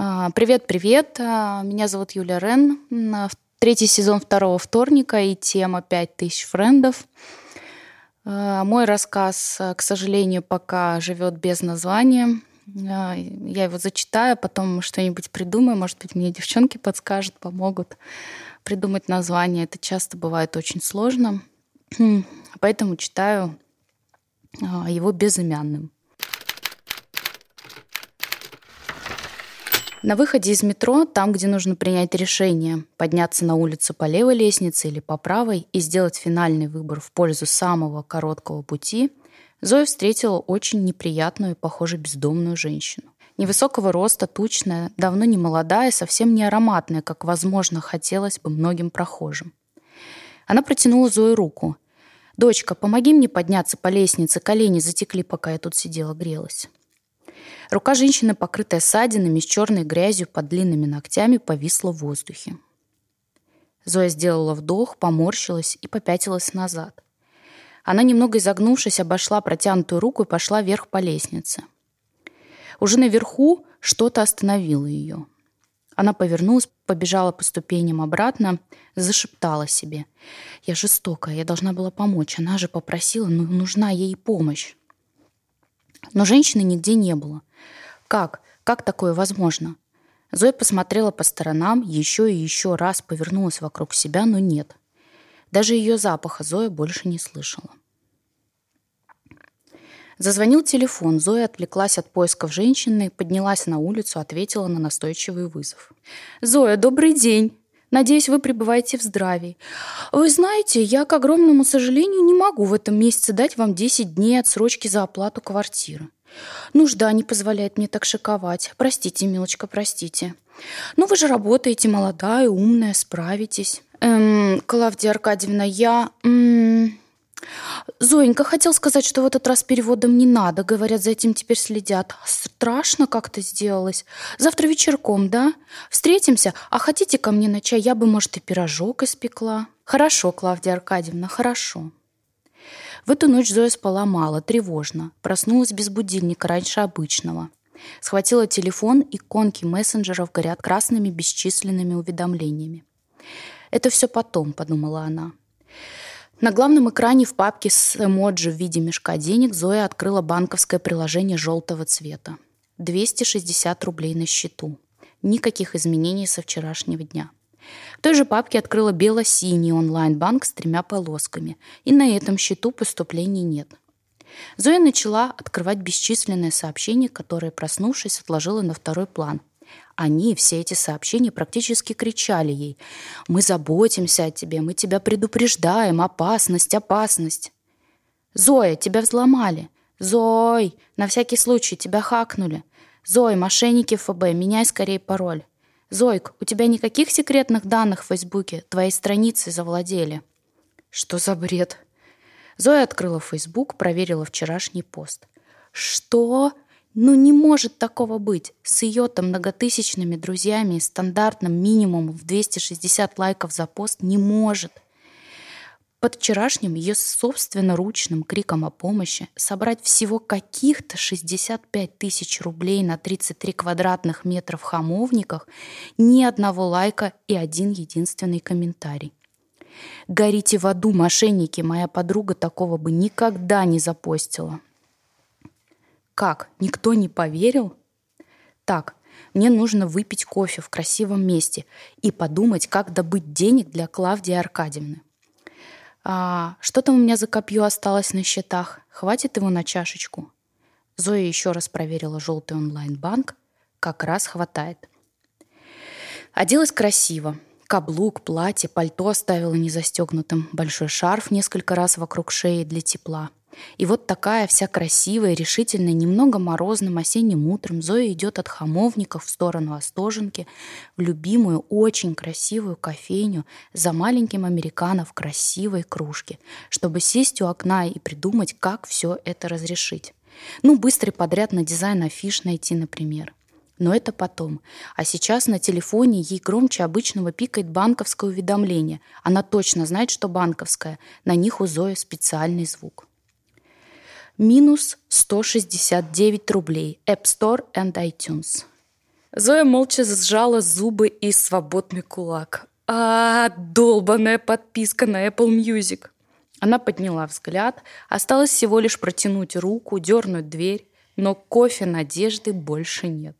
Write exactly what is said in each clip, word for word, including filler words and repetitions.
Привет-привет, меня зовут Юлия Рен, третий сезон второго вторника и тема «Пять тысяч френдов». Мой рассказ, к сожалению, пока живет без названия. Я его зачитаю, потом что-нибудь придумаю, может быть, мне девчонки подскажут, помогут придумать название. Это часто бывает очень сложно, поэтому читаю его безымянным. На выходе из метро, там, где нужно принять решение, подняться на улицу по левой лестнице или по правой и сделать финальный выбор в пользу самого короткого пути, Зоя встретила очень неприятную и, похоже, бездомную женщину. Невысокого роста, тучная, давно не молодая, совсем не ароматная, как, возможно, хотелось бы многим прохожим. Она протянула Зое руку. «Дочка, помоги мне подняться по лестнице, колени затекли, пока я тут сидела, грелась». Рука женщины, покрытая ссадинами, с черной грязью под длинными ногтями, повисла в воздухе. Зоя сделала вдох, поморщилась и попятилась назад. Она, немного изогнувшись, обошла протянутую руку и пошла вверх по лестнице. Уже наверху что-то остановило ее. Она повернулась, побежала по ступеням обратно, зашептала себе. «Я жестокая, я должна была помочь. Она же попросила, но нужна ей помощь». Но женщины нигде не было. Как? Как такое возможно? Зоя посмотрела по сторонам, еще и еще раз повернулась вокруг себя, но нет. Даже ее запаха Зоя больше не слышала. Зазвонил телефон. Зоя отвлеклась от поисков женщины, поднялась на улицу, ответила на настойчивый вызов. «Зоя, добрый день! Надеюсь, вы пребываете в здравии. Вы знаете, я, к огромному сожалению, не могу в этом месяце дать вам десять дней отсрочки за оплату квартиры. Нужда не позволяет мне так шиковать. Простите, милочка, простите. Но вы же работаете, молодая, умная, справитесь. Эм, Клавдия Аркадьевна, я... М- Зоенька, хотел сказать, что в этот раз переводом не надо. Говорят, за этим теперь следят. Страшно как-то сделалось. Завтра вечерком, да? Встретимся? А хотите ко мне на чай? Я бы, может, и пирожок испекла. Хорошо, Клавдия Аркадьевна, хорошо». В эту ночь Зоя спала мало, тревожно. Проснулась без будильника раньше обычного. Схватила телефон, иконки мессенджеров горят красными бесчисленными уведомлениями. «Это все потом», — подумала она. На главном экране в папке с эмоджи в виде мешка денег Зоя открыла банковское приложение желтого цвета. двести шестьдесят рублей на счету. Никаких изменений со вчерашнего дня. В той же папке открыла бело-синий онлайн-банк с тремя полосками. И на этом счету поступлений нет. Зоя начала открывать бесчисленные сообщения, которые, проснувшись, отложила на второй план. Они, все эти сообщения, практически кричали ей: «Мы заботимся о тебе, мы тебя предупреждаем, опасность, опасность». «Зоя, тебя взломали». «Зой, на всякий случай, тебя хакнули». «Зой, мошенники эф бэ, меняй скорее пароль». «Зойк, у тебя никаких секретных данных в Фейсбуке, твоей страницей завладели». Что за бред? Зоя открыла Фейсбук, проверила вчерашний пост. Что? Ну не может такого быть. С ее-то многотысячными друзьями и стандартным минимумом в двести шестьдесят лайков за пост не может. Под вчерашним ее собственноручным криком о помощи собрать всего каких-то шестьдесят пять тысяч рублей на тридцать три квадратных метра в Хамовниках, ни одного лайка и один единственный комментарий. «Горите в аду, мошенники, моя подруга такого бы никогда не запостила». Как? Никто не поверил? Так, мне нужно выпить кофе в красивом месте и подумать, как добыть денег для Клавдии Аркадьевны. А, что там у меня за копье осталось на счетах? Хватит его на чашечку? Зоя еще раз проверила желтый онлайн-банк. Как раз хватает. Оделась красиво. Каблук, платье, пальто оставила незастегнутым. Большой шарф несколько раз вокруг шеи для тепла. И вот такая вся красивая, решительная, немного морозным осенним утром Зоя идет от Хамовников в сторону Остоженки в любимую, очень красивую кофейню за маленьким американо в красивой кружке, чтобы сесть у окна и придумать, как все это разрешить. Ну, быстрый подряд на дизайн афиш найти, например. Но это потом. А сейчас на телефоне ей громче обычного пикает банковское уведомление. Она точно знает, что банковское. На них у Зои специальный звук. Минус сто шестьдесят девять рублей. App Store and iTunes. Зоя молча сжала зубы и свободный кулак. А, долбаная подписка на Apple Music. Она подняла взгляд. Осталось всего лишь протянуть руку, дернуть дверь, но кофе надежды больше нет.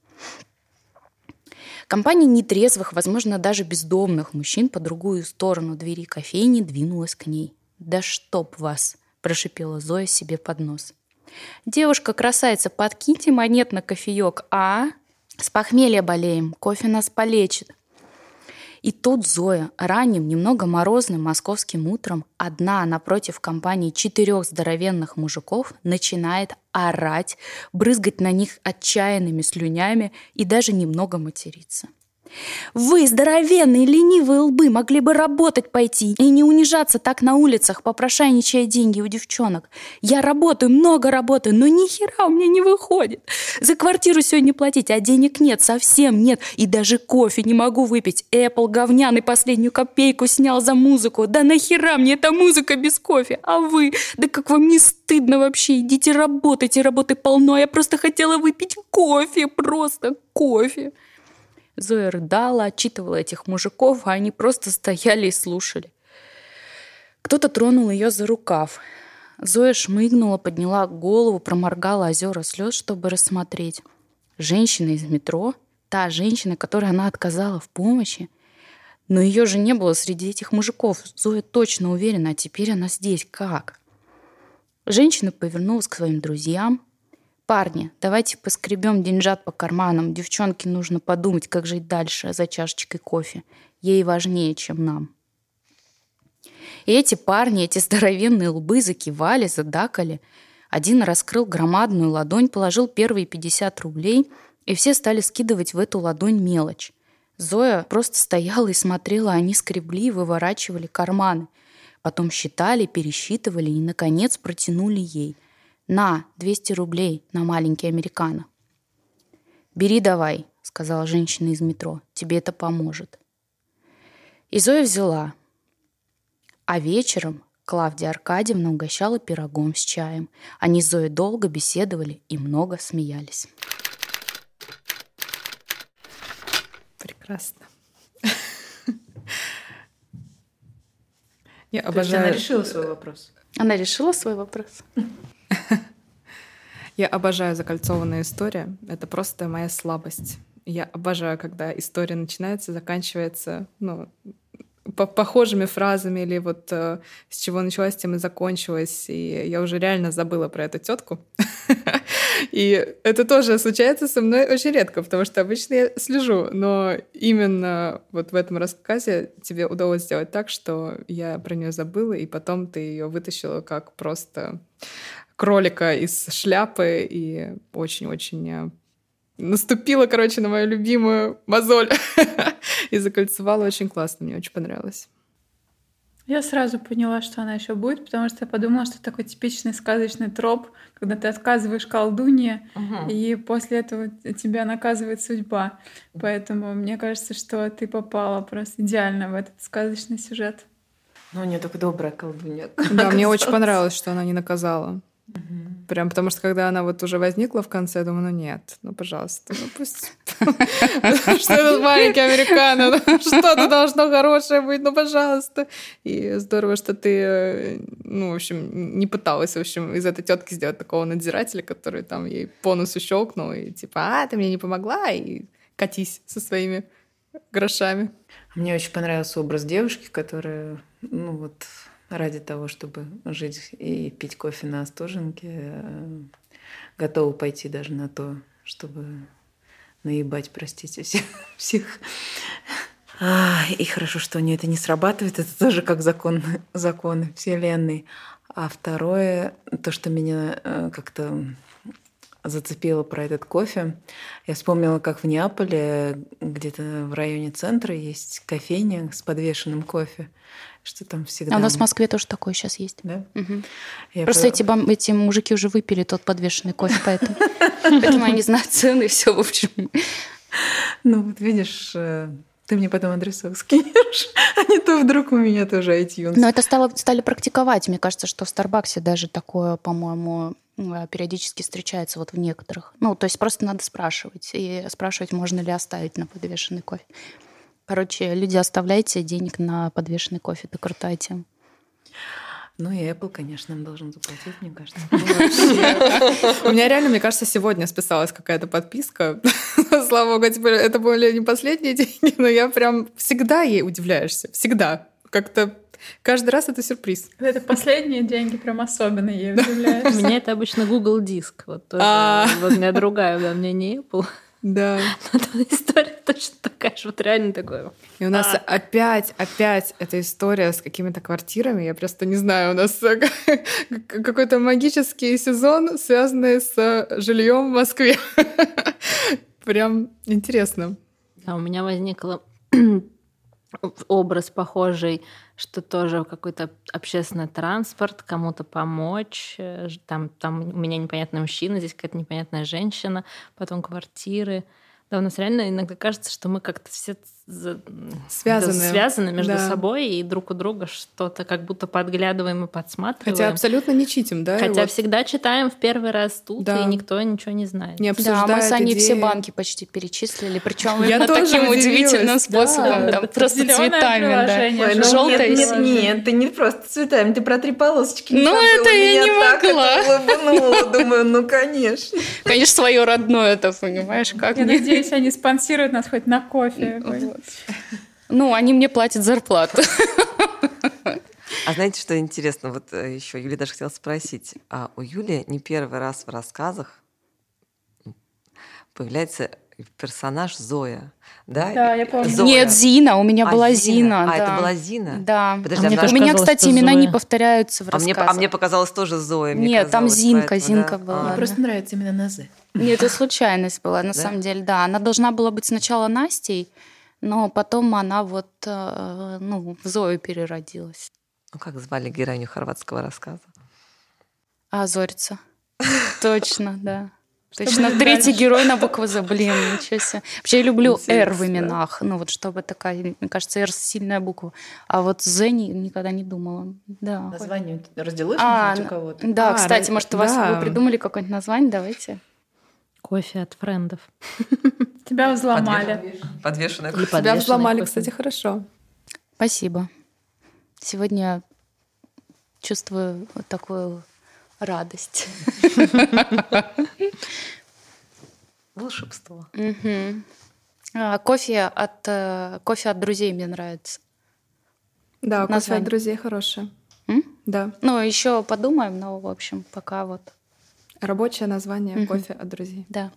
Компания нетрезвых, возможно, даже бездомных мужчин по другую сторону двери кофейни двинулась к ней. «Да чтоб вас!» – прошипела Зоя себе под нос. «Девушка-красавица, подкиньте монет на кофеек, а? С похмелья болеем, кофе нас полечит». И тут Зоя ранним, немного морозным московским утром одна напротив компании четырех здоровенных мужиков начинает орать, брызгать на них отчаянными слюнями и даже немного материться. «Вы, здоровенные, ленивые лбы, могли бы работать пойти и не унижаться так на улицах, попрошайничая деньги у девчонок. Я работаю, много работаю, но ни хера у меня не выходит. За квартиру сегодня платить, а денег нет, совсем нет. И даже кофе не могу выпить. Apple говняный последнюю копейку снял за музыку. Да нахера мне эта музыка без кофе? А вы? Да как вам не стыдно вообще? Идите работайте, работы полно. Я просто хотела выпить кофе, просто кофе». Зоя рыдала, отчитывала этих мужиков, а они просто стояли и слушали. Кто-то тронул ее за рукав. Зоя шмыгнула, подняла голову, проморгала озера слез, чтобы рассмотреть. Женщина из метро, та женщина, которой она отказала в помощи. Но ее же не было среди этих мужиков. Зоя точно уверена, а теперь она здесь. Как? Женщина повернулась к своим друзьям. «Парни, давайте поскребем деньжат по карманам. Девчонке нужно подумать, как жить дальше за чашечкой кофе. Ей важнее, чем нам». И эти парни, эти здоровенные лбы закивали, задакали. Один раскрыл громадную ладонь, положил первые пятьдесят рублей, и все стали скидывать в эту ладонь мелочь. Зоя просто стояла и смотрела, они скребли и выворачивали карманы. Потом считали, пересчитывали и, наконец, протянули ей. «На, двести рублей на маленький американо». «Бери давай», — сказала женщина из метро. «Тебе это поможет». И Зоя взяла. А вечером Клавдия Аркадьевна угощала пирогом с чаем. Они с Зоей долго беседовали и много смеялись. Прекрасно. Я обожаю... Она решила свой вопрос. Она решила свой вопрос. Я обожаю закольцованные истории. Это просто моя слабость. Я обожаю, когда история начинается, заканчивается, ну, по похожими фразами, или вот э, с чего началась, тем и закончилась. И я уже реально забыла про эту тетку. И это тоже случается со мной очень редко, потому что обычно я слежу, но именно вот в этом рассказе тебе удалось сделать так, что я про нее забыла, и потом ты ее вытащила как просто кролика из шляпы и очень-очень наступила, короче, на мою любимую мозоль и закольцевала очень классно, мне очень понравилось. Я сразу поняла, что она еще будет, потому что я подумала, что такой типичный сказочный троп, когда ты отказываешь колдунье, угу. и после этого тебя наказывает судьба. Поэтому мне кажется, что ты попала просто идеально в этот сказочный сюжет. Ну, у нее такая добрая колдунья. Да, мне очень понравилось, что она не наказала. Угу. Прям потому что когда она вот уже возникла в конце, я думаю, ну нет, ну пожалуйста, ну пусть... Что этот маленький американо, что-то должно хорошее быть, ну пожалуйста. И здорово, что ты, ну, в общем, не пыталась, в общем, из этой тетки сделать такого надзирателя, который там ей по носу щелкнул и типа, а, ты мне не помогла, и катись со своими грошами. Мне очень понравился образ девушки, которая, ну вот, ради того, чтобы жить и пить кофе на Остоженке, готова пойти даже на то, чтобы наебать, простите, всех. всех. А, и хорошо, что у нее это не срабатывает. Это тоже как закон, законы Вселенной. А второе, то, что меня как-то зацепило про этот кофе. Я вспомнила, как в Неаполе, где-то в районе центра, есть кофейня с подвешенным кофе. Что там всегда... А у нас в Москве тоже такое сейчас есть. Да? Угу. Просто по... эти, бам... эти мужики уже выпили тот подвешенный кофе, поэтому поэтому они знают цены и все, в общем. Ну вот видишь, ты мне потом адресок скинешь, а не то вдруг у меня тоже iTunes. Но это стало, стали практиковать. Мне кажется, что в Старбаксе даже такое, по-моему, периодически встречается вот в некоторых. Ну, то есть просто надо спрашивать. И спрашивать, можно ли оставить на подвешенный кофе. Короче, люди, оставляйте денег на подвешенный кофе. Это крутая тема. Ну и Apple, конечно, им должен заплатить, мне кажется. У меня реально, мне кажется, сегодня списалась какая-то подписка. Слава богу, теперь это были не последние деньги, но я прям всегда ей удивляешься. Всегда. Как-то каждый раз это сюрприз. Это последние деньги, прям особенно ей удивляешься. У меня это обычно Google Диск. Вот тоже. Вот у меня другая, да, у меня не Apple. Да. Но там история точно такая же, вот реально такое. И у нас опять, опять эта история с какими-то квартирами. Я просто не знаю, у нас какой-то магический сезон, связанный с жильем в Москве. Прям интересно. А у меня возникло образ похожий, что тоже какой-то общественный транспорт, кому-то помочь. Там, там у меня непонятный мужчина, здесь какая-то непонятная женщина, потом квартиры. Да, у нас реально иногда кажется, что мы как-то все связаны, да, связаны между да. собой и друг у друга что-то как будто подглядываем и подсматриваем. Хотя абсолютно не читим, да? Хотя вот. всегда читаем в первый раз тут, да. и никто ничего не знает. Не обсуждает да, мы с Аней идеи. все банки почти перечислили, причем Я тоже таким удивилась. удивительным способом, Да. там просто Зелёное цветами, да. приложение, Ой, ну Желтое нет, и нет, синее. нет, ты не просто цветами, ты про три полосочки не Ну, забыла. это я Меня не так могла. это улыбнуло. Думаю, ну, конечно. Конечно, свое родное это, понимаешь, как Я не... надеюсь, они спонсируют нас хоть на кофе. Ну, они мне платят зарплату. А знаете, что интересно? Вот еще Юля даже хотела спросить. А у Юли не первый раз в рассказах появляется персонаж Зоя. Да, Да, я помню. Зоя. Нет, Зина, у меня А, была Зина. А, да. это была Зина? Да. Подожди, А мне а, тоже У меня, казалось, кстати, что имена не Зоя. повторяются в а мне, рассказах. а мне показалось тоже Зоя. Мне Нет, там казалось, Зинка, поэтому, Зинка да. была. А. да. Просто нравится именно на «З». Нет, это случайность была, на Да? самом деле, да. Она должна была быть сначала Настей, но потом она вот, э, ну, в Зою переродилась. Ну, как звали героиню хорватского рассказа? А, Зорица. Точно, да. Что Точно, будет третий дальше? герой на букву «З». Блин, ничего себе. Вообще, я люблю «Р» в Интересно. именах. Ну, вот чтобы такая, мне кажется, «Р» — сильная буква. А вот «З» ни- никогда не думала. Да. Название родилось, А, может быть, у кого-то? Да, А, кстати, ра- может, у вас да. вы придумали какое-нибудь название? Давайте. Кофе от френдов. Тебя взломали. Подвешенная Или Тебя подвешенный взломали, кофе. кстати, хорошо. Спасибо. Сегодня чувствую вот такую радость. волшебство. Мгм. А, Кофе от э, кофе от друзей мне нравится. Да, кофе Название. от друзей хорошее. М? Да. Ну, еще подумаем, но, в общем, пока вот, Рабочее название Мгм. кофе от друзей. да.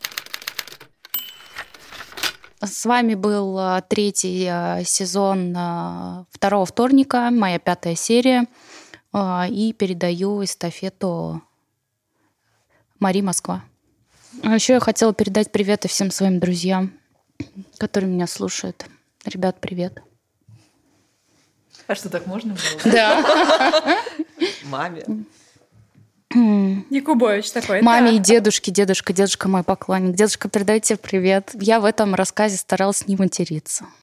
С вами был а, третий а, сезон а, второго вторника, моя пятая серия. А, И передаю эстафету Мари Москва. А еще я хотела передать приветы всем своим друзьям, которые меня слушают. Ребят, привет. А что, так можно было? Да. Маме. Якубович такой. Маме и «Так, дедушке, дедушка, дедушка мой поклонник. Дедушка, передайте привет. Я в этом рассказе старалась не материться.